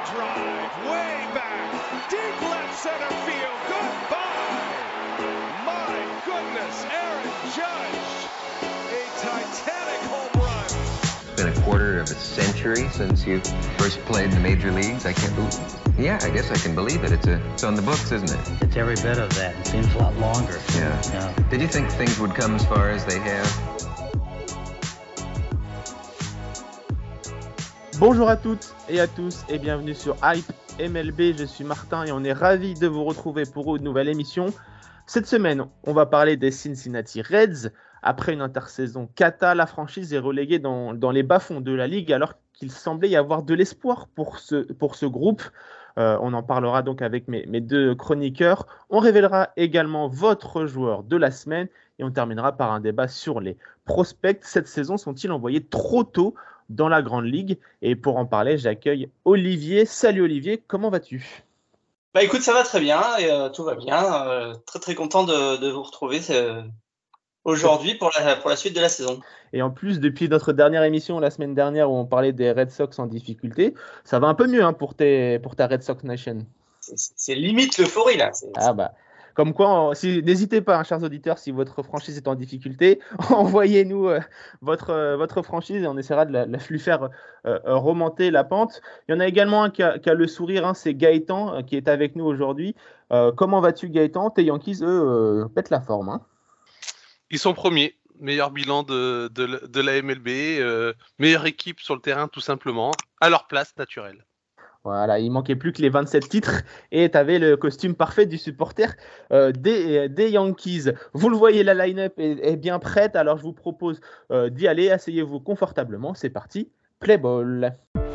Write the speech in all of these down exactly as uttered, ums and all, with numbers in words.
drive, way back, deep left center field, goodbye! My goodness, Aaron Judge, a titanic home run. It's been a quarter of a century since you first played in the major leagues. I can't believe it. Yeah, I guess I can believe it. It's, a, it's on the books, isn't it? It's every bit of that. It seems a lot longer. Yeah. yeah. Did you think things would come as far as they have? Bonjour à toutes et à tous et bienvenue sur Hype M L B. Je suis Martin et on est ravis de vous retrouver pour une nouvelle émission. Cette semaine, on va parler des Cincinnati Reds. Après une intersaison cata, la franchise est reléguée dans, dans les bas-fonds de la ligue alors qu'il semblait y avoir de l'espoir pour ce, pour ce groupe. Euh, on en parlera donc avec mes, mes deux chroniqueurs. On révélera également votre joueur de la semaine et on terminera par un débat sur les prospects. Cette saison, sont-ils envoyés trop tôt dans la Grande Ligue? Et pour en parler, j'accueille Olivier. Salut Olivier, comment vas-tu? Bah écoute, ça va très bien et euh, tout va bien. Euh, très très content de, de vous retrouver euh, aujourd'hui pour la, pour la suite de la saison. Et en plus, depuis notre dernière émission la semaine dernière où on parlait des Red Sox en difficulté, ça va un peu mieux hein, pour, tes, pour ta Red Sox Nation. C'est, c'est limite l'euphorie là. C'est, ah bah, comme quoi, si, n'hésitez pas, hein, chers auditeurs, si votre franchise est en difficulté, envoyez-nous euh, votre, euh, votre franchise et on essaiera de la, la lui faire euh, remonter la pente. Il y en a également un qui a, qui a le sourire, hein, c'est Gaëtan euh, qui est avec nous aujourd'hui. Euh, comment vas-tu Gaëtan? Tes Yankees, eux, euh, pètent la forme. Hein. Ils sont premiers. Meilleur bilan de, de, de la M L B, euh, meilleure équipe sur le terrain tout simplement, à leur place naturelle. Voilà, il manquait plus que les vingt-sept titres et tu avais le costume parfait du supporter euh, des, des Yankees. Vous le voyez, la line-up est, est bien prête, alors je vous propose euh, d'y aller, asseyez-vous confortablement, c'est parti, play ball.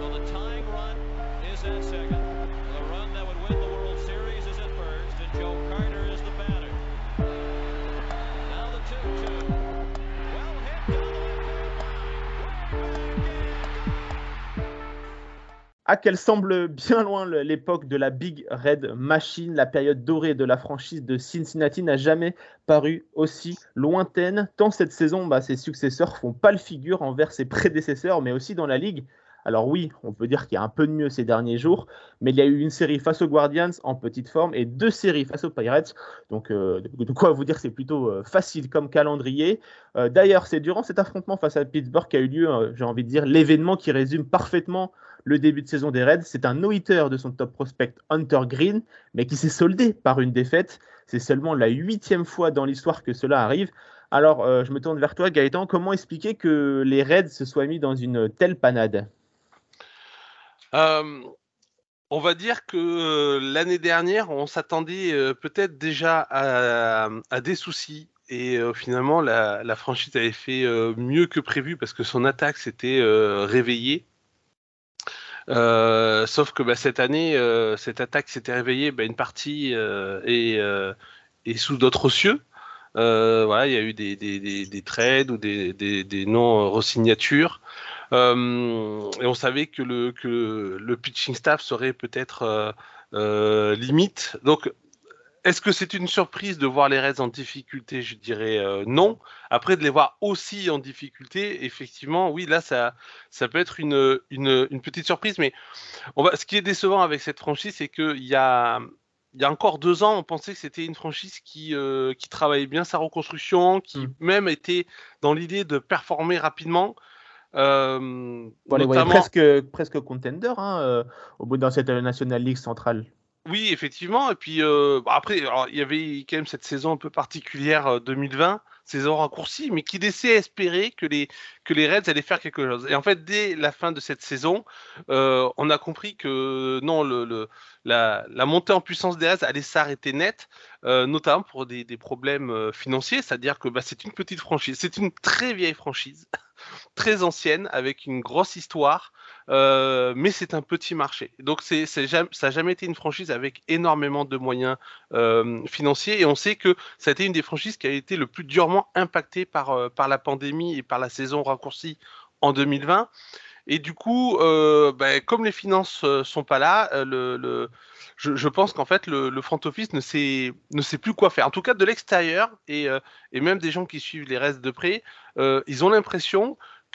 Ah, qu'elle semble bien loin l'époque de la Big Red Machine. La période dorée de la franchise de Cincinnati n'a jamais paru aussi lointaine. Tant cette saison, bah, ses successeurs font pâle figure envers ses prédécesseurs, mais aussi dans la ligue. Alors oui, on peut dire qu'il y a un peu de mieux ces derniers jours, mais il y a eu une série face aux Guardians en petite forme et deux séries face aux Pirates. Donc euh, de quoi vous dire, c'est plutôt euh, facile comme calendrier. Euh, d'ailleurs, c'est durant cet affrontement face à Pittsburgh qu'a eu lieu, euh, j'ai envie de dire, l'événement qui résume parfaitement le début de saison des Reds. C'est un no-hitter de son top prospect Hunter Green, mais qui s'est soldé par une défaite. C'est seulement la huitième fois dans l'histoire que cela arrive. Alors, euh, je me tourne vers toi, Gaëtan. Comment expliquer que les Reds se soient mis dans une telle panade ? euh, On va dire que euh, l'année dernière, on s'attendait euh, peut-être déjà à, à des soucis. Et euh, finalement, la, la franchise avait fait euh, mieux que prévu parce que son attaque s'était euh, réveillée. Euh, sauf que bah, cette année, euh, cette attaque s'était réveillée, bah, une partie euh, est, euh, est sous d'autres cieux. Euh, voilà, il y a eu des, des, des, des trades ou des, des, des non-resignatures. Euh, et on savait que le, que le pitching staff serait peut-être euh, euh, limite. Donc, est-ce que c'est une surprise de voir les Reds en difficulté? Je dirais euh, non. Après, de les voir aussi en difficulté, effectivement, oui, là, ça, ça peut être une, une, une petite surprise. Mais on va, ce qui est décevant avec cette franchise, c'est qu'il y a, il y a encore deux ans, on pensait que c'était une franchise qui, euh, qui travaillait bien sa reconstruction, qui mmh. même était dans l'idée de performer rapidement. Euh, bon, les notamment... presque, presque contender hein, euh, au bout dans cette National League centrale. Oui, effectivement. Et puis euh, après, alors, il y avait quand même cette saison un peu particulière euh, deux mille vingt, saison raccourcie, mais qui laissait espérer que les que les Reds allaient faire quelque chose. Et en fait, dès la fin de cette saison, euh, on a compris que non, le, le la, la montée en puissance des Reds allait s'arrêter net, euh, notamment pour des, des problèmes euh, financiers. C'est-à-dire que bah, c'est une petite franchise, c'est une très vieille franchise, très ancienne, avec une grosse histoire. Euh, mais c'est un petit marché. Donc c'est, c'est jamais, ça n'a jamais été une franchise avec énormément de moyens euh, financiers et on sait que ça a été une des franchises qui a été le plus durement impactée par, euh, par la pandémie et par la saison raccourcie en deux mille vingt. Et du coup, euh, ben, comme les finances euh, sont pas là, euh, le, le, je, je pense qu'en fait le, le front office ne sait, ne sait plus quoi faire. En tout cas de l'extérieur et, euh, et même des gens qui suivent les restes de près, euh, ils ont l'impression que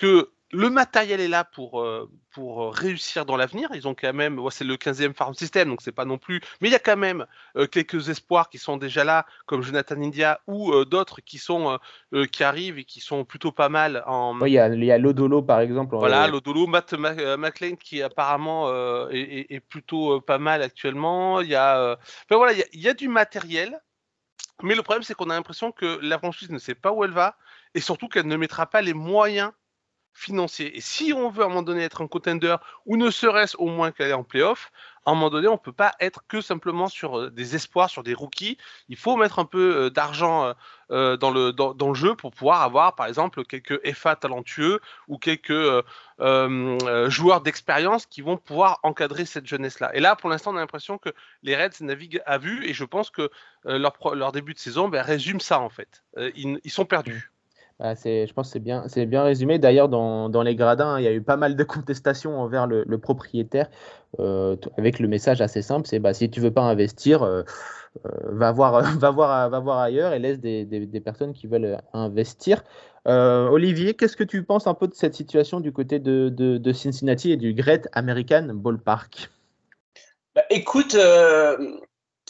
le matériel est là pour, euh, pour réussir dans l'avenir. Ils ont quand même, ouais, c'est le quinzième farm system, donc c'est pas non plus. Mais il y a quand même euh, quelques espoirs qui sont déjà là, comme Jonathan India ou euh, d'autres qui sont euh, euh, qui arrivent et qui sont plutôt pas mal en. Ouais, il y a, il y a Lodolo par exemple. Voilà, euh, Lodolo, Matt Ma- euh, McLean qui apparemment euh, est, est- est plutôt euh, pas mal actuellement. Il y a, euh, enfin, voilà, il y a, il y a du matériel. Mais le problème, c'est qu'on a l'impression que la franchise ne sait pas où elle va et surtout qu'elle ne mettra pas les moyens financiers. Et si on veut à un moment donné être un contender ou ne serait-ce au moins qu'aller en playoff, à un moment donné, on ne peut pas être que simplement sur euh, des espoirs, sur des rookies. Il faut mettre un peu euh, d'argent euh, euh, dans, le, dans, dans le jeu pour pouvoir avoir, par exemple, quelques F A talentueux ou quelques euh, euh, joueurs d'expérience qui vont pouvoir encadrer cette jeunesse-là. Et là, pour l'instant, on a l'impression que les Reds naviguent à vue et je pense que euh, leur, leur début de saison ben, résume ça, en fait. Euh, ils, ils sont perdus. Bah, c'est, je pense que c'est bien, c'est bien résumé. D'ailleurs, dans, dans les gradins, hein, il y a eu pas mal de contestations envers le, le propriétaire, euh, t- avec le message assez simple, c'est bah, si tu veux pas investir, euh, euh, va voir, va voir, va voir ailleurs et laisse des, des- des personnes qui veulent investir. Euh, Olivier, qu'est-ce que tu penses un peu de cette situation du côté de, de, de Cincinnati et du Great American Ballpark? Bah, écoute, euh,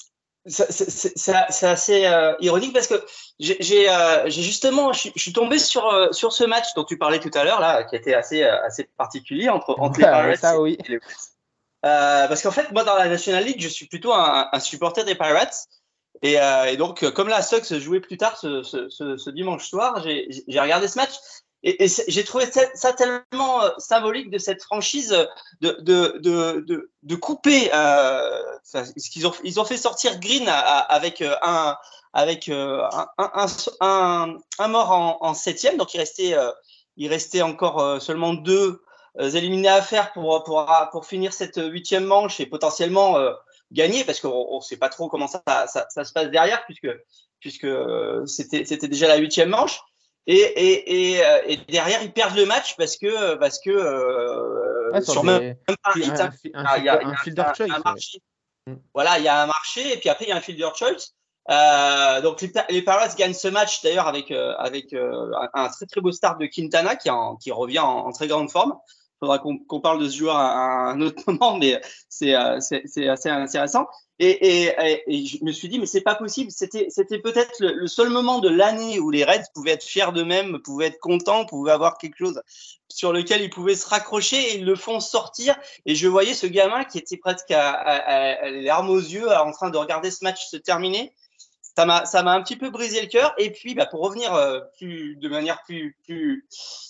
c'est c'est- c'est- c'est assez euh, ironique parce que j'ai j'ai, euh, j'ai justement, je suis, je suis tombé sur, euh, sur ce match dont tu parlais tout à l'heure, là, qui était assez, euh, assez particulier entre, entre les Ah ouais, Pirates ça oui. et les Reds. Euh, parce qu'en fait, moi, dans la National League, je suis plutôt un, un supporter des Pirates. Et, euh, et donc, euh, comme la Sox jouait plus tard ce, ce, ce, ce dimanche soir, j'ai j'ai regardé ce match et, et c'est- j'ai trouvé ça, ça tellement euh, symbolique de cette franchise de, de, de, de, de couper. Euh, ça, ce qu'ils ont, ils ont fait sortir Green à- à- avec euh, un avec euh, un, un, un, un mort en, en septième, donc il restait euh, il restait encore euh, seulement deux euh, éliminés à faire pour pour pour finir cette huitième manche et potentiellement euh, gagner parce qu'on ne sait pas trop comment ça, ça, ça se passe derrière puisque puisque euh, c'était c'était déjà la huitième manche et, et, et, euh, et derrière ils perdent le match parce que parce que Ouais, euh, sur sur même des, un fi- hit un, hein, fi- un, il y a, fielder, il y un a, fielder il y a choice. un Ouais. marché Mm. voilà il y a un marché et puis après il y a un fielder choice euh, donc les, les Pirates gagnent ce match d'ailleurs avec euh, avec euh, un, un très très beau start de Quintana qui en, qui revient en, en très grande forme. Il faudra qu'on qu'on parle de ce joueur à, à un autre moment, mais c'est euh, c'est c'est assez intéressant. Et, et, et, et je me suis dit mais c'est pas possible. C'était c'était peut-être le, le seul moment de l'année où les Reds pouvaient être fiers d'eux-mêmes, pouvaient être contents, pouvaient avoir quelque chose sur lequel ils pouvaient se raccrocher et ils le font sortir. Et je voyais ce gamin qui était presque à, à, à les larmes aux yeux en train de regarder ce match se terminer. Ça m'a, ça m'a un petit peu brisé le cœur. Et puis, bah, pour revenir euh, plus, de manière plus, plus,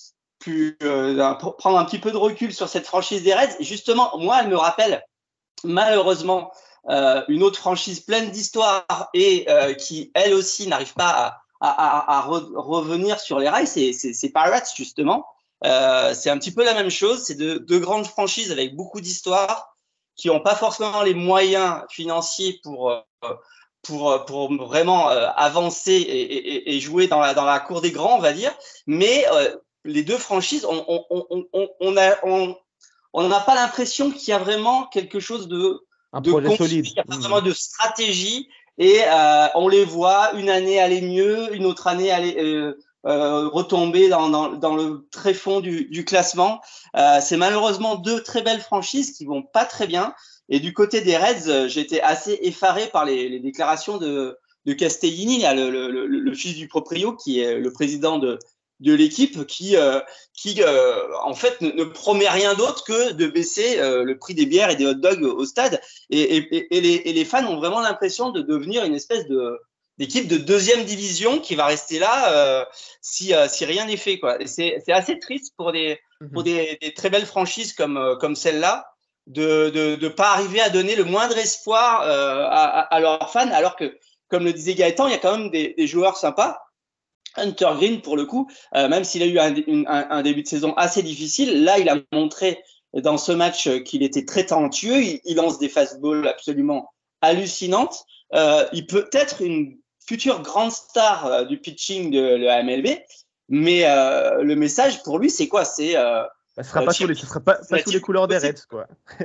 plus, euh, pour prendre un petit peu de recul sur cette franchise des Reds, justement, moi, elle me rappelle malheureusement euh, une autre franchise pleine d'histoire et euh, qui, elle aussi, n'arrive pas à, à, à, à re- revenir sur les rails. C'est, c'est, c'est Pirates, justement. Euh, c'est un petit peu la même chose. C'est deux de grandes franchises avec beaucoup d'histoire qui n'ont pas forcément les moyens financiers pour euh, pour, pour vraiment euh, avancer et, et, et jouer dans la, dans la cour des grands, on va dire. Mais euh, les deux franchises, on on, on, on, on a, on, on n'a pas l'impression qu'il y a vraiment quelque chose de, Un de projet construit, solide. il n'y a pas Mm. vraiment de stratégie. Et euh, on les voit une année aller mieux, une autre année aller euh, euh, retomber dans, dans, dans le tréfonds du, du classement. Euh, c'est malheureusement deux très belles franchises qui vont pas très bien. Et du côté des Reds, j'étais assez effaré par les, les déclarations de, de Castellini, le, le, le, le fils du proprio, qui est le président de, de l'équipe, qui, euh, qui euh, en fait, ne, ne promet rien d'autre que de baisser euh, le prix des bières et des hot dogs au stade. Et, et, et, les, et les fans ont vraiment l'impression de devenir une espèce de d'équipe de deuxième division qui va rester là euh, si, euh, si rien n'est fait, quoi. Et c'est, c'est assez triste pour des, pour des, des très belles franchises comme, comme celle-là de de de pas arriver à donner le moindre espoir euh, à, à leurs fans, alors que, comme le disait Gaëtan, il y a quand même des, des joueurs sympas. Hunter Green, pour le coup, euh, même s'il a eu un, une, un, un début de saison assez difficile, là, il a montré dans ce match qu'il était très talentueux. Il, il lance des fastballs absolument hallucinantes. Euh, il peut être une future grande star euh, du pitching de la M L B, mais euh, le message pour lui, c'est quoi? C'est euh, Bah, ce sera euh, pas sous les, ce sera pas, pas sous les couleurs des Reds, quoi.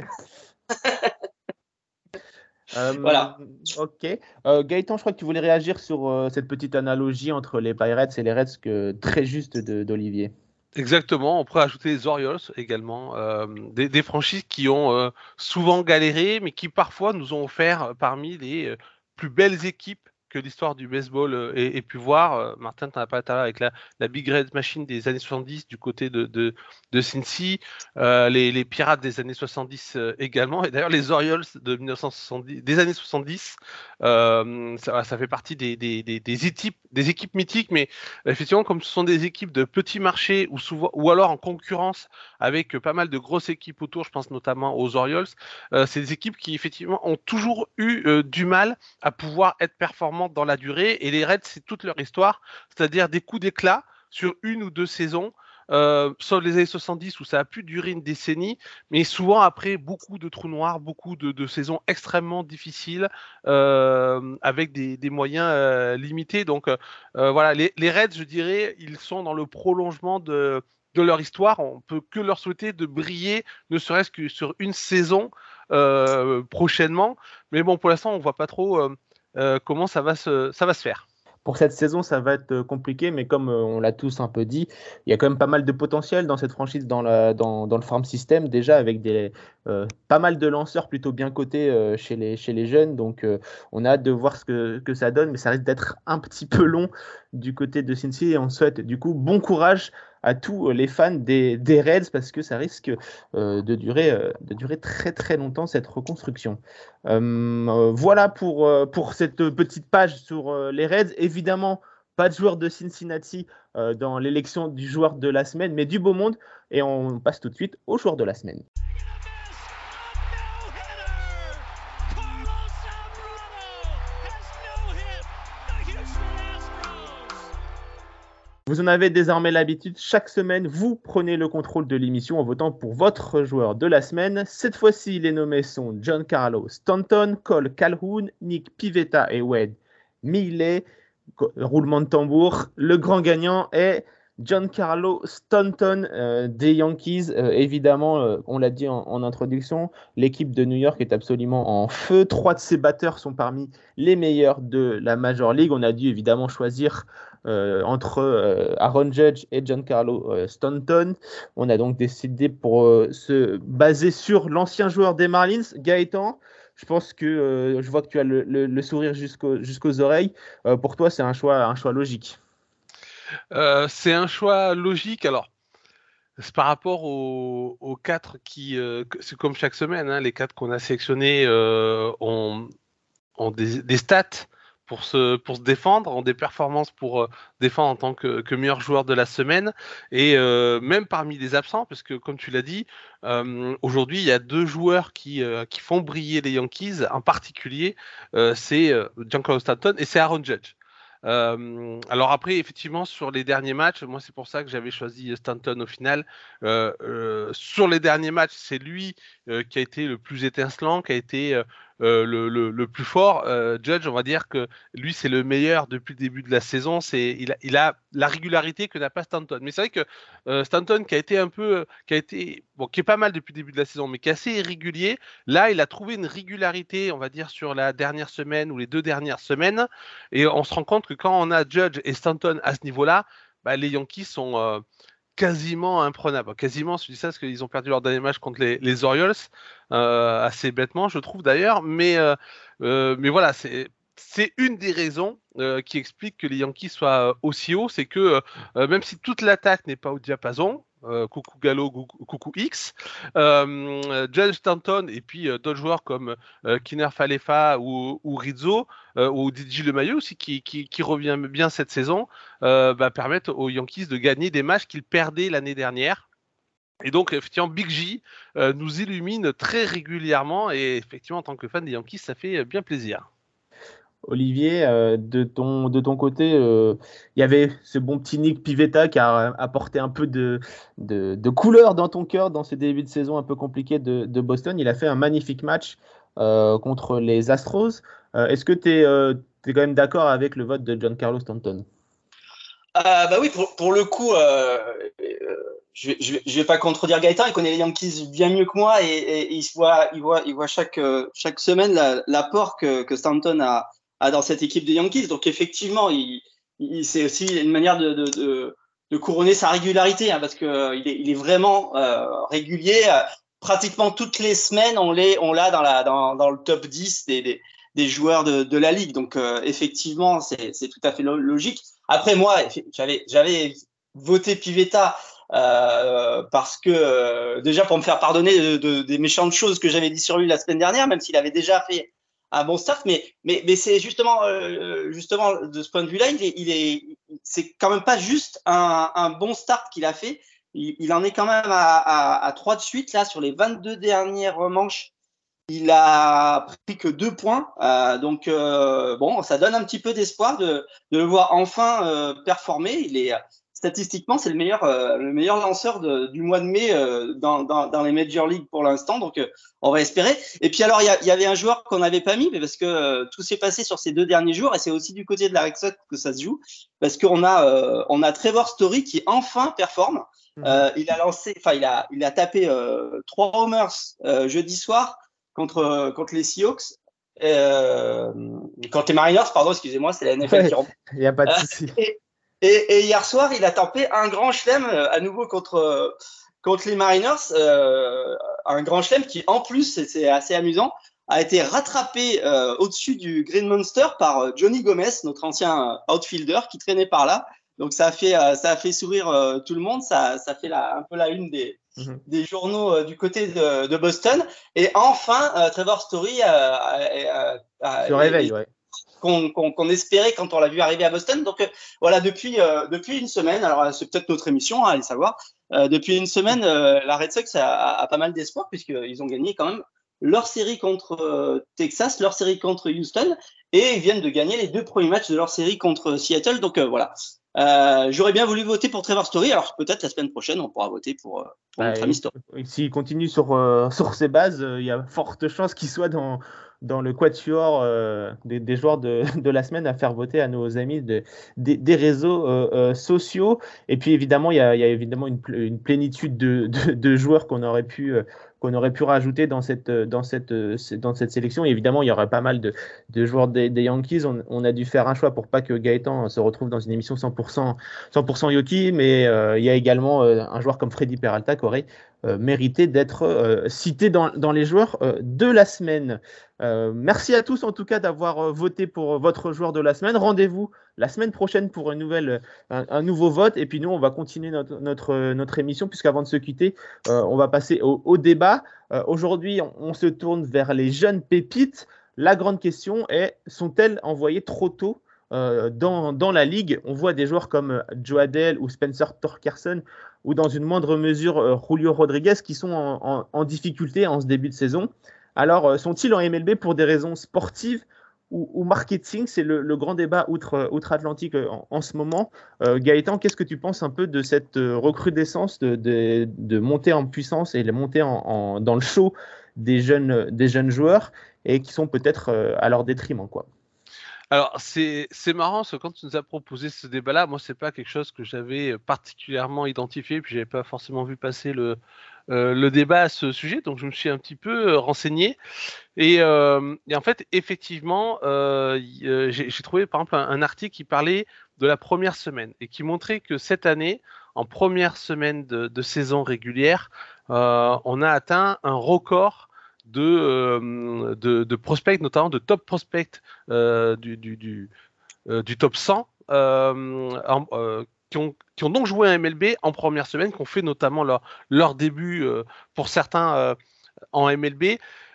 Euh, Voilà. ok. Euh, Gaëtan, je crois que tu voulais réagir sur euh, cette petite analogie entre les Pirates et les Reds, que très juste de- d'Olivier. Exactement, on pourrait ajouter les Orioles également, euh, des, des franchises qui ont euh, souvent galéré, mais qui parfois nous ont offert euh, parmi les euh, plus belles équipes que l'histoire du baseball euh, ait, ait pu voir. Euh, Martin, tu en as parlé tout à l'heure avec la, la Big Red Machine des années soixante-dix du côté de, de, de Cincy, euh, les, les Pirates des années soixante-dix euh, également, et d'ailleurs les Orioles de mille neuf cent soixante-dix, des années soixante-dix, euh, ça, ça fait partie des, des, des, des, équipes, des équipes mythiques, mais effectivement, comme ce sont des équipes de petits marchés ou, souvent, ou alors en concurrence avec pas mal de grosses équipes autour, je pense notamment aux Orioles, euh, c'est des équipes qui effectivement ont toujours eu euh, du mal à pouvoir être performantes dans la durée. Et les Reds, c'est toute leur histoire, c'est-à-dire des coups d'éclat sur une ou deux saisons. Euh, sauf les années soixante-dix où ça a pu durer une décennie, mais souvent après beaucoup de trous noirs, beaucoup de, de saisons extrêmement difficiles euh, avec des, des moyens euh, limités. Donc euh, voilà, les, les Reds, je dirais, ils sont dans le prolongement de, de leur histoire. On peut que leur souhaiter de briller, ne serait-ce que sur une saison euh, prochainement. Mais bon, pour l'instant, on voit pas trop euh, euh, comment ça va se, ça va se faire. Pour cette saison, ça va être compliqué, mais comme on l'a tous un peu dit, il y a quand même pas mal de potentiel dans cette franchise, dans, la, dans, dans le farm system, déjà avec des, euh, pas mal de lanceurs plutôt bien cotés euh, chez, les, chez les jeunes. Donc, euh, on a hâte de voir ce que, que ça donne, mais ça risque d'être un petit peu long du côté de Cincy. Et on souhaite du coup bon courage à tous les fans des, des Reds parce que ça risque euh, de, durer, euh, de durer très très longtemps cette reconstruction. Euh, voilà pour, euh, pour cette petite page sur euh, les Reds. Évidemment, pas de joueur de Cincinnati euh, dans l'élection du joueur de la semaine, mais du beau monde. Et on passe tout de suite au joueur de la semaine. Vous en avez désormais l'habitude, chaque semaine, vous prenez le contrôle de l'émission en votant pour votre joueur de la semaine. Cette fois-ci, les nommés sont Giancarlo Stanton, Cole Calhoun, Nick Pivetta et Wade Miley. Roulement de tambour. Le grand gagnant est Giancarlo Stanton euh, des Yankees. Euh, évidemment, euh, on l'a dit en, en introduction, l'équipe de New York est absolument en feu. Trois de ses batteurs sont parmi les meilleurs de la Major League. On a dû évidemment choisir Euh, entre euh, Aaron Judge et Giancarlo euh, Stanton. On a donc décidé pour euh, se baser sur l'ancien joueur des Marlins, Gaëtan. Je pense que euh, je vois que tu as le, le, le sourire jusqu'au, jusqu'aux oreilles. Euh, pour toi, c'est un choix, un choix logique. Euh, c'est un choix logique. Alors, c'est par rapport aux, aux quatre qui, euh, c'est comme chaque semaine, hein, les quatre qu'on a sélectionnés euh, ont, ont des, des stats pour se, pour se défendre, ont des performances pour euh, défendre en tant que, que meilleur joueur de la semaine. Et euh, même parmi les absents, parce que comme tu l'as dit, euh, aujourd'hui, il y a deux joueurs qui, euh, qui font briller les Yankees, en particulier, euh, c'est euh, Giancarlo Stanton et c'est Aaron Judge. Euh, alors après, effectivement, sur les derniers matchs, moi c'est pour ça que j'avais choisi Stanton au final. Euh, euh, sur les derniers matchs, c'est lui euh, qui a été le plus étincelant, qui a été euh, euh, le, le, le plus fort. Euh, Judge, on va dire que lui c'est le meilleur depuis le début de la saison. C'est, il a, il a la régularité que n'a pas Stanton. Mais c'est vrai que euh, Stanton qui a été un peu, qui a été, bon, qui est pas mal depuis le début de la saison, mais qui est assez irrégulier. Là, il a trouvé une régularité, on va dire, sur la dernière semaine ou les deux dernières semaines, et on se rend compte que quand on a Judge et Stanton à ce niveau-là, bah, les Yankees sont euh, quasiment imprenables. Quasiment, je dis ça parce qu'ils ont perdu leur dernier match contre les, les Orioles, euh, assez bêtement, je trouve d'ailleurs. Mais, euh, euh, mais voilà, c'est, c'est une des raisons euh, qui explique que les Yankees soient aussi hauts. C'est que euh, même si toute l'attaque n'est pas au diapason, Euh, coucou Gallo, coucou, coucou X, euh, Judge Stanton et puis euh, d'autres joueurs comme euh, Kiner Falefa ou, ou Rizzo euh, ou D J LeMahieu aussi qui, qui, qui revient bien cette saison, euh, bah, permettent aux Yankees de gagner des matchs qu'ils perdaient l'année dernière. Et donc, effectivement, Big J euh, nous illumine très régulièrement et effectivement, en tant que fan des Yankees, ça fait bien plaisir. Olivier, euh, de, ton, de ton côté, il euh, y avait ce bon petit Nick Pivetta qui a apporté un peu de, de, de couleur dans ton cœur dans ce début de saison un peu compliqué de, de Boston. Il a fait un magnifique match euh, contre les Astros. Euh, est-ce que tu es euh, quand même d'accord avec le vote de Giancarlo Stanton? Euh, bah oui, pour, pour le coup, euh, euh, je vais, je, vais, je vais pas contredire Gaëtan, il connaît les Yankees bien mieux que moi et, et, et il voit, il voit, il voit chaque, chaque semaine la, l'apport que, que Stanton a, a dans cette équipe des Yankees. Donc effectivement, il, il, c'est aussi une manière de, de, de, de couronner sa régularité, hein, parce que euh, il, est, il est vraiment euh, régulier. Euh, pratiquement toutes les semaines, on l'a on l'a dans, la, dans, dans le top dix des, des, des joueurs de, de la ligue. Donc, euh, effectivement, c'est, c'est tout à fait logique. Après, moi, j'avais, j'avais voté Pivetta euh, parce que, euh, déjà, pour me faire pardonner de, de, des méchantes choses que j'avais dit sur lui la semaine dernière, même s'il avait déjà fait un bon start, mais, mais, mais c'est justement, euh, justement, de ce point de vue-là, il est, il est, c'est quand même pas juste un, un bon start qu'il a fait. Il, il en est quand même à, à, à trois de suite, là, sur les vingt-deux dernières manches. Il a pris que deux points. Euh, donc, euh, bon, ça donne un petit peu d'espoir de, de le voir enfin euh, performer. Il est, statistiquement, c'est le meilleur, euh, le meilleur lanceur de, du mois de mai euh, dans, dans, dans les Major League pour l'instant. Donc, euh, on va espérer. Et puis, alors, il y, y avait un joueur qu'on n'avait pas mis, mais parce que euh, tout s'est passé sur ces deux derniers jours, et c'est aussi du côté de la Red Sox que ça se joue, parce qu'on a, euh, on a Trevor Story qui enfin performe. Euh, il a lancé, enfin, il a, il a tapé euh, trois homers euh, jeudi soir contre, contre les Seahawks. Euh, contre les Mariners, pardon, excusez-moi, c'est la N F L ouais, qui remonte. Il n'y a pas de souci. Euh, et, et, et hier soir, il a tapé un grand chelem à nouveau contre, contre les Mariners. Euh, un grand chelem qui, en plus, c'est, c'est assez amusant, a été rattrapé euh, au-dessus du Green Monster par Johnny Gomez, notre ancien outfielder qui traînait par là. Donc ça a fait, euh, ça a fait sourire euh, tout le monde. Ça, ça fait la, un peu la une des, mmh. des journaux euh, du côté de, de Boston. Et enfin, euh, Trevor Story euh, euh, euh, se réveille, ouais. Qu'on, qu'on, qu'on espérait quand on l'a vu arriver à Boston. Donc euh, voilà, depuis, euh, depuis une semaine, alors c'est peut-être notre émission, hein, allez savoir, euh, depuis une semaine, euh, la Red Sox a, a, a pas mal d'espoir puisqu'ils ont gagné quand même leur série contre euh, Texas, leur série contre Houston, et ils viennent de gagner les deux premiers matchs de leur série contre Seattle. Donc euh, voilà. Euh, j'aurais bien voulu voter pour Trevor Story, alors peut-être la semaine prochaine on pourra voter pour, pour bah, notre ami Story. S'il continue sur, euh, sur ses bases, il euh, y a forte chance qu'il soit dans, dans le quatuor euh, des, des joueurs de, de la semaine à faire voter à nos amis de, des, des réseaux euh, euh, sociaux. Et puis évidemment, il y a, y a évidemment une, une plénitude de, de, de joueurs qu'on aurait pu... Euh, qu'on aurait pu rajouter dans cette, dans cette, dans cette sélection. Et évidemment, il y aurait pas mal de, de joueurs des, des Yankees. On, on a dû faire un choix pour pas que Gaëtan se retrouve dans une émission cent pour cent, cent pour cent Yoki, mais euh, il y a également euh, un joueur comme Freddy Peralta qui aurait euh, mérité d'être euh, cité dans, dans les joueurs euh, de la semaine. Euh, merci à tous en tout cas d'avoir euh, voté pour votre joueur de la semaine. Rendez-vous la semaine prochaine pour une nouvelle, un, un nouveau vote. Et puis nous, on va continuer notre, notre, notre émission puisqu'avant de se quitter, euh, on va passer au, au débat. Euh, aujourd'hui, on, on se tourne vers les jeunes pépites. La grande question est, sont-elles envoyées trop tôt euh, dans, dans la ligue? On voit des joueurs comme Joe Adell ou Spencer Torkelson ou dans une moindre mesure euh, Julio Rodriguez qui sont en, en, en difficulté en ce début de saison. Alors, euh, sont-ils en M L B pour des raisons sportives ou, ou marketing? C'est le, le grand débat outre, outre-Atlantique en, en ce moment. Euh, Gaëtan, qu'est-ce que tu penses un peu de cette recrudescence de, de, de montée en puissance et de montée en, en, dans le show des jeunes, des jeunes joueurs et qui sont peut-être euh, à leur détriment, quoi? Alors, c'est, c'est marrant, parce que quand tu nous as proposé ce débat-là, moi, c'est pas quelque chose que j'avais particulièrement identifié, puis j'avais pas forcément vu passer le, euh, le débat à ce sujet, donc je me suis un petit peu euh, renseigné. Et, euh, et en fait, effectivement, euh, euh, j'ai, j'ai trouvé par exemple un, un article qui parlait de la première semaine et qui montrait que cette année, en première semaine de, de saison régulière, euh, on a atteint un record de, euh, de, de prospects, notamment de top prospects euh, du, du, du, euh, du top cent, euh, en, euh, qui, ont, qui ont donc joué un M L B en première semaine, qui ont fait notamment leur, leur début euh, pour certains euh, en M L B.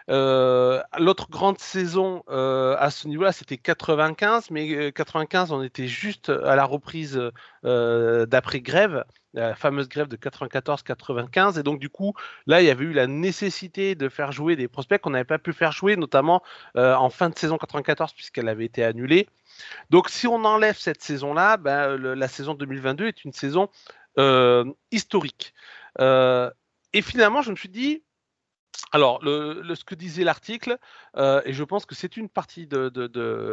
Euh, l'autre grande saison euh, à ce niveau-là, c'était quatre-vingt-quinze, mais euh, quatre-vingt-quinze, on était juste à la reprise euh, d'après grève, la fameuse grève de quatre-vingt-quatorze quatre-vingt-quinze, et donc du coup, là, il y avait eu la nécessité de faire jouer des prospects qu'on n'avait pas pu faire jouer, notamment euh, en fin de saison quatre-vingt-quatorze, puisqu'elle avait été annulée. Donc, si on enlève cette saison-là, ben, le, la saison deux mille vingt-deux est une saison euh, historique. Euh, et finalement, je me suis dit, alors, le, le, ce que disait l'article, euh, et je pense que c'est une partie de, de, de,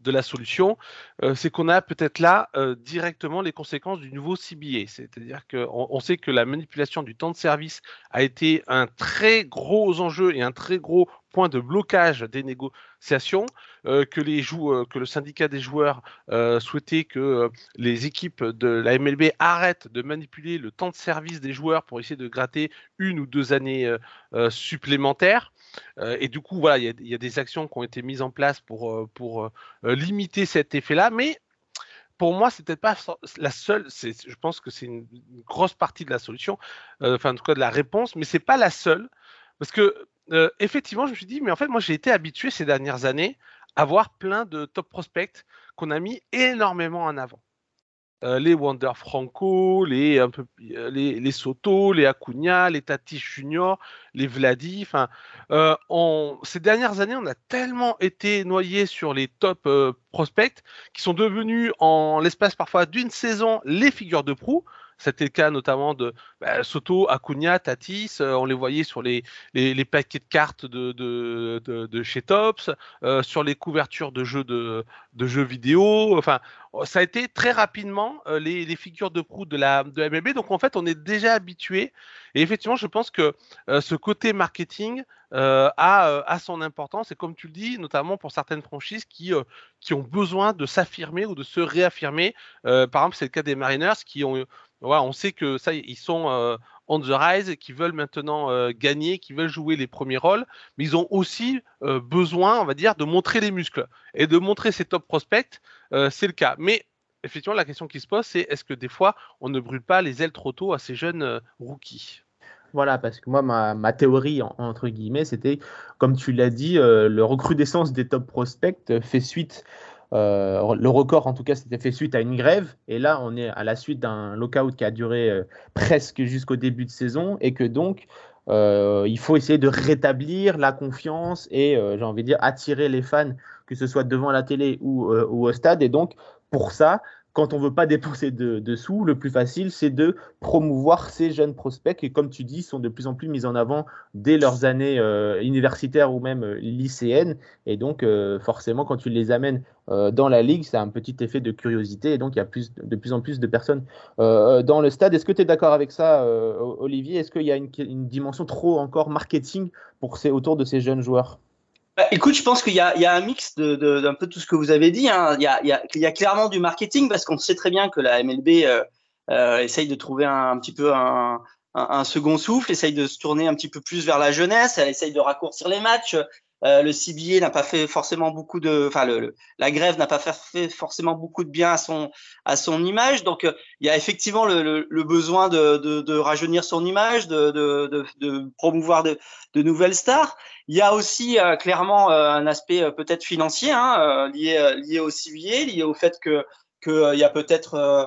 de la solution, euh, c'est qu'on a peut-être là euh, directement les conséquences du nouveau C B A. C'est-à-dire qu'on on sait que la manipulation du temps de service a été un très gros enjeu et un très gros point de blocage des négociations, euh, que, les jou- euh, que le syndicat des joueurs euh, souhaitait que euh, les équipes de la M L B arrêtent de manipuler le temps de service des joueurs pour essayer de gratter une ou deux années euh, euh, supplémentaires. Euh, et du coup, voilà, il y, y a des actions qui ont été mises en place pour, euh, pour euh, limiter cet effet-là, mais pour moi, c'est peut-être pas la seule. C'est, je pense que c'est une, une grosse partie de la solution, euh, enfin en tout cas de la réponse, mais c'est pas la seule, parce que euh, effectivement, je me suis dit, mais en fait, moi, j'ai été habitué ces dernières années à voir plein de top prospects qu'on a mis énormément en avant. Euh, les Wander Franco, les, un peu, euh, les, les Soto, les Acuna, les Tatis Junior, les Vladi. Enfin, euh, on- ces dernières années, on a tellement été noyés sur les top euh, prospects qui sont devenus, en l'espace parfois d'une saison, les figures de proue. C'était le cas notamment de bah, Soto, Acuna, Tatis. Euh, on les voyait sur les, les, les paquets de cartes de, de, de, de chez Topps, euh, sur les couvertures de jeux, de, de jeux vidéo. Enfin, ça a été très rapidement euh, les, les figures de proue de la, de la M L B. Donc en fait, on est déjà habitué. Et effectivement, je pense que euh, ce côté marketing euh, a, euh, a son importance. Et comme tu le dis, notamment pour certaines franchises qui, euh, qui ont besoin de s'affirmer ou de se réaffirmer. Euh, par exemple, c'est le cas des Mariners qui ont. Voilà, on sait que ça, ils sont euh, on the rise, qui veulent maintenant euh, gagner, qui veulent jouer les premiers rôles, mais ils ont aussi euh, besoin, on va dire, de montrer les muscles et de montrer ces top prospects. Euh, c'est le cas. Mais effectivement, la question qui se pose, c'est est-ce que des fois, on ne brûle pas les ailes trop tôt à ces jeunes euh, rookies? Voilà, parce que moi, ma, ma théorie, en- entre guillemets, c'était, comme tu l'as dit, euh, le recrudescence des top prospects fait suite, euh, le record en tout cas, c'était fait suite à une grève. Et là, on est à la suite d'un lockout qui a duré euh, presque jusqu'au début de saison. Et que donc, euh, il faut essayer de rétablir la confiance et, euh, j'ai envie de dire, attirer les fans, que ce soit devant la télé ou, euh, ou au stade. Et donc, pour ça, quand on ne veut pas dépenser de, de sous, le plus facile, c'est de promouvoir ces jeunes prospects qui, comme tu dis, sont de plus en plus mis en avant dès leurs années euh, universitaires ou même euh, lycéennes. Et donc, euh, forcément, quand tu les amènes euh, dans la ligue, ça a un petit effet de curiosité. Et donc, il y a plus, de plus en plus de personnes euh, dans le stade. Est-ce que tu es d'accord avec ça, euh, Olivier? Est-ce qu'il y a une, une dimension trop encore marketing pour ces, autour de ces jeunes joueurs? Bah, écoute, je pense qu'il y a, il y a un mix de, de, d'un peu tout ce que vous avez dit, hein. Il y a, il y a, il y a clairement du marketing parce qu'on sait très bien que la M L B euh, euh, essaye de trouver un, un petit peu un, un, un second souffle, essaye de se tourner un petit peu plus vers la jeunesse, elle essaye de raccourcir les matchs. Euh, le C B A n'a pas fait forcément beaucoup de, enfin, le, le, la grève n'a pas fait forcément beaucoup de bien à son à son image. Donc, euh, il y a effectivement le, le, le besoin de, de, de rajeunir son image, de, de, de, de promouvoir de, de nouvelles stars. Il y a aussi euh, clairement euh, un aspect euh, peut-être financier, hein, euh, lié euh, lié au C B A, lié au fait que que euh, il y a peut-être euh,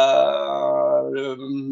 euh, le,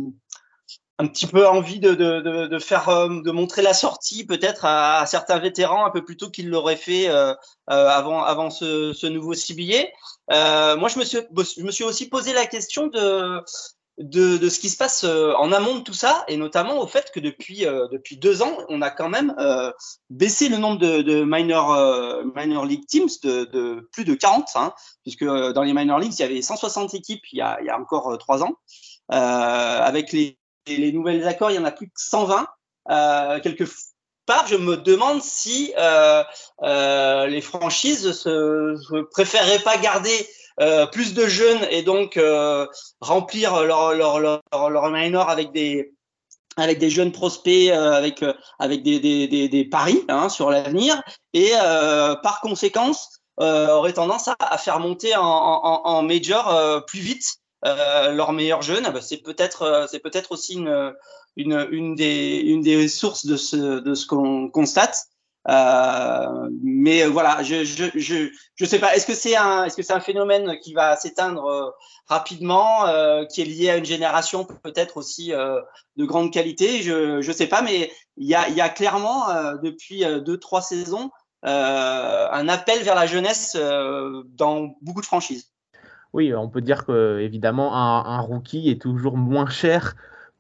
un petit peu envie de de de, de faire euh, de montrer la sortie peut-être à, à certains vétérans un peu plus tôt qu'ils l'auraient fait euh, euh, avant avant ce, ce nouveau C B A. Euh, moi, je me suis je me suis aussi posé la question de de, de ce qui se passe euh, en amont de tout ça, et notamment au fait que depuis euh, depuis deux ans, on a quand même euh, baissé le nombre de, de minor euh, minor league teams de, de plus de quarante, hein, puisque euh, dans les minor leagues, il y avait cent soixante équipes il y a, il y a encore euh, trois ans. Euh, avec les, les nouvelles accords, il y en a plus que cent vingt. Euh, quelque part, je me demande si euh, euh, les franchises se, se préféreraient pas garder Euh, plus de jeunes et donc euh, remplir leur leur leur leur minor avec des avec des jeunes prospects, euh, avec euh, avec des des des, des paris hein, sur l'avenir et euh, par conséquence euh, aurait tendance à, à faire monter en en, en major euh, plus vite euh, leurs meilleurs jeunes. Bah, c'est peut-être euh, c'est peut-être aussi une une une des une des sources de ce de ce qu'on constate. Euh, mais voilà, je je je je sais pas. Est-ce que c'est un est-ce que c'est un phénomène qui va s'éteindre euh, rapidement, euh, qui est lié à une génération peut-être aussi euh, de grande qualité? Je je sais pas, mais il y a il y a clairement euh, depuis euh, deux trois saisons euh, un appel vers la jeunesse euh, dans beaucoup de franchises. Oui, on peut dire que évidemment un, un rookie est toujours moins cher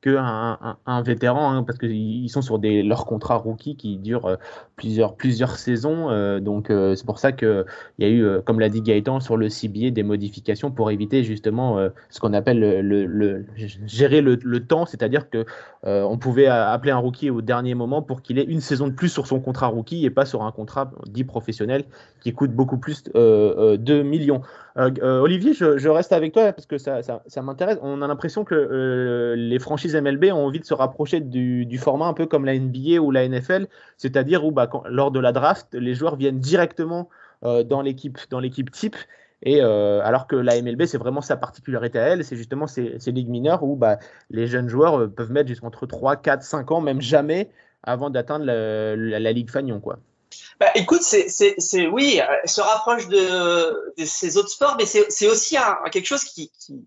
qu'un un, un vétéran, hein, parce qu'ils sont sur des, leurs contrats rookies qui durent euh, plusieurs, plusieurs saisons. Euh, donc, euh, c'est pour ça qu'il y a eu, euh, comme l'a dit Gaëtan, sur le C B A, des modifications pour éviter justement euh, ce qu'on appelle le, le, le, gérer le, le temps, c'est-à-dire qu'on euh, pouvait appeler un rookie au dernier moment pour qu'il ait une saison de plus sur son contrat rookie et pas sur un contrat dit professionnel qui coûte beaucoup plus euh, euh, de millions. Euh, euh, Olivier, je, je reste avec toi parce que ça, ça, ça m'intéresse. On a l'impression que euh, les franchises M L B ont envie de se rapprocher du, du format un peu comme la N B A ou la N F L, c'est-à-dire où bah, quand, lors de la draft, les joueurs viennent directement euh, dans l'équipe, dans l'équipe type. Et euh, alors que la M L B, c'est vraiment sa particularité à elle, c'est justement ces, ces ligues mineures où bah, les jeunes joueurs euh, peuvent mettre jusqu'entre trois, quatre, cinq ans, même jamais, avant d'atteindre la, la, la Ligue Fagnon, quoi. Bah, écoute, c'est, c'est, c'est, oui, elle se rapproche de, de ces autres sports, mais c'est, c'est aussi un, quelque chose qui, qui,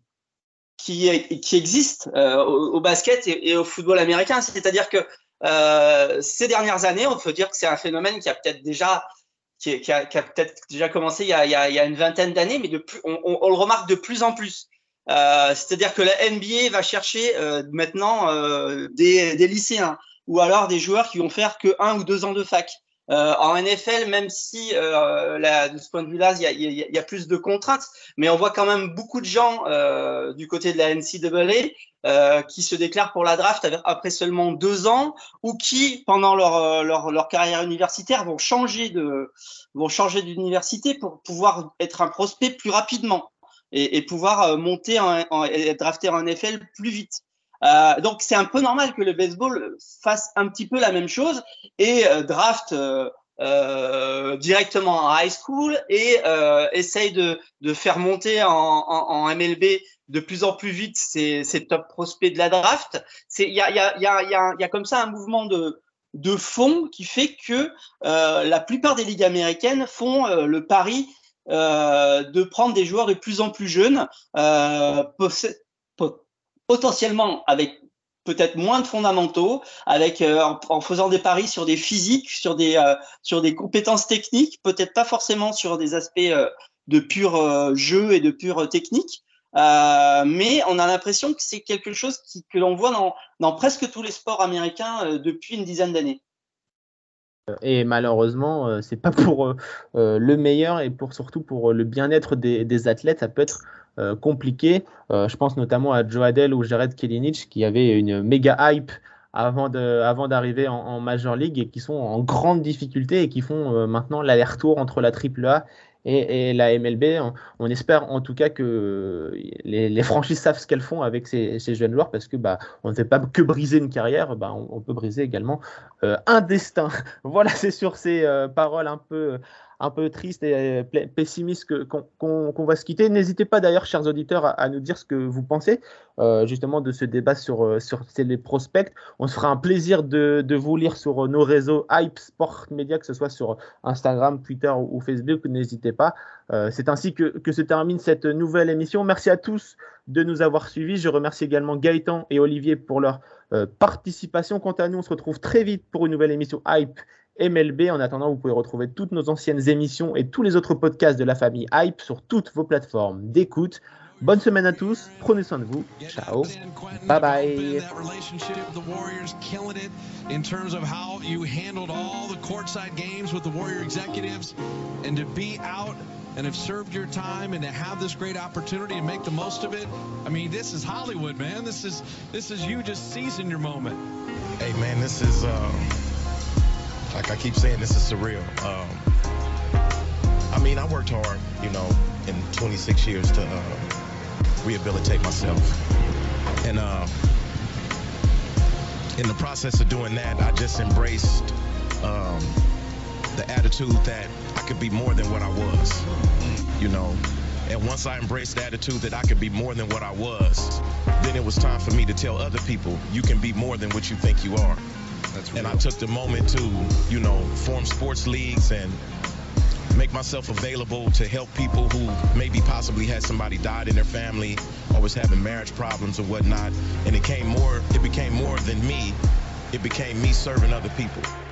qui, qui existe euh, au, au basket et, et au football américain. C'est-à-dire que euh, ces dernières années, on peut dire que c'est un phénomène qui a peut-être déjà, qui, qui, a, qui a peut-être déjà commencé il y a, il y a, il y a une vingtaine d'années, mais de plus, on, on, on le remarque de plus en plus. Euh, c'est-à-dire que la N B A va chercher euh, maintenant euh, des, des lycéens ou alors des joueurs qui vont faire que un ou deux ans de fac. Euh, en N F L, même si euh, là, de ce point de vue-là, il y a, il y a plus de contraintes, mais on voit quand même beaucoup de gens euh, du côté de la N C A A euh, qui se déclarent pour la draft après seulement deux ans ou qui, pendant leur, leur, leur carrière universitaire, vont changer de vont changer d'université pour pouvoir être un prospect plus rapidement et, et pouvoir monter en, en, et drafter en N F L plus vite. Euh, donc c'est un peu normal que le baseball fasse un petit peu la même chose et euh, draft euh, euh, directement en high school et euh, essaye de, de faire monter en, en, en M L B de plus en plus vite ces, ces top prospects de la draft. C'est il y a il y a il y a il y a, y a comme ça un mouvement de de fond qui fait que euh, la plupart des ligues américaines font euh, le pari euh, de prendre des joueurs de plus en plus jeunes. Euh, potentiellement avec peut-être moins de fondamentaux, avec euh, en, en faisant des paris sur des physiques, sur des euh, sur des compétences techniques, peut-être pas forcément sur des aspects euh, de pur euh, jeu et de pure euh, technique, euh, mais on a l'impression que c'est quelque chose qui, que l'on voit dans dans presque tous les sports américains euh, depuis une dizaine d'années. Et malheureusement, euh, c'est pas pour euh, le meilleur et pour surtout pour le bien-être des, des athlètes, ça peut être euh, compliqué. Euh, je pense notamment à Joe Adell ou Jared Kelenic qui avaient une méga hype avant, de, avant d'arriver en, en Major League et qui sont en grande difficulté et qui font euh, maintenant l'aller-retour entre la triple A et, et la M L B. On, on espère en tout cas que les, les franchises savent ce qu'elles font avec ces, ces jeunes joueurs parce que bah, on ne fait pas que briser une carrière, bah, on, on peut briser également euh, un destin. Voilà, c'est sur ces euh, paroles un peu, un peu tristes et euh, pessimistes que, qu'on, qu'on, qu'on va se quitter. N'hésitez pas d'ailleurs, chers auditeurs, à, à nous dire ce que vous pensez euh, justement de ce débat sur, sur les prospects. On se fera un plaisir de, de vous lire sur nos réseaux Hype Sport Media, que ce soit sur Instagram, Twitter ou, ou Facebook. N'hésitez pas. Euh, c'est ainsi que, que se termine cette nouvelle émission. Merci à tous de nous avoir suivis. Je remercie également Gaëtan et Olivier pour leur euh, participation. Quant à nous, on se retrouve très vite pour une nouvelle émission Hype M L B. En attendant, vous pouvez retrouver toutes nos anciennes émissions et tous les autres podcasts de la famille Hype sur toutes vos plateformes d'écoute. Bonne semaine à tous, prenez soin de vous, ciao, bye bye. In terms of how you handled all the courtside games with the Warrior executives and to be out and have served your time and to have this great opportunity and make the most of it. I mean, this is Hollywood, man. This is this is you just seizing your moment. Hey, man, this is, uh, like I keep saying, this is surreal. Um, I mean, I worked hard, you know, in twenty-six years to uh, rehabilitate myself. And uh, in the process of doing that, I just embraced um, the attitude that I could be more than what I was, you know. And once I embraced the attitude that I could be more than what I was, then it was time for me to tell other people, you can be more than what you think you are. That's and I took the moment to, you know, form sports leagues and make myself available to help people who maybe possibly had somebody died in their family or was having marriage problems or whatnot. And it came more, it became more than me. It became me serving other people.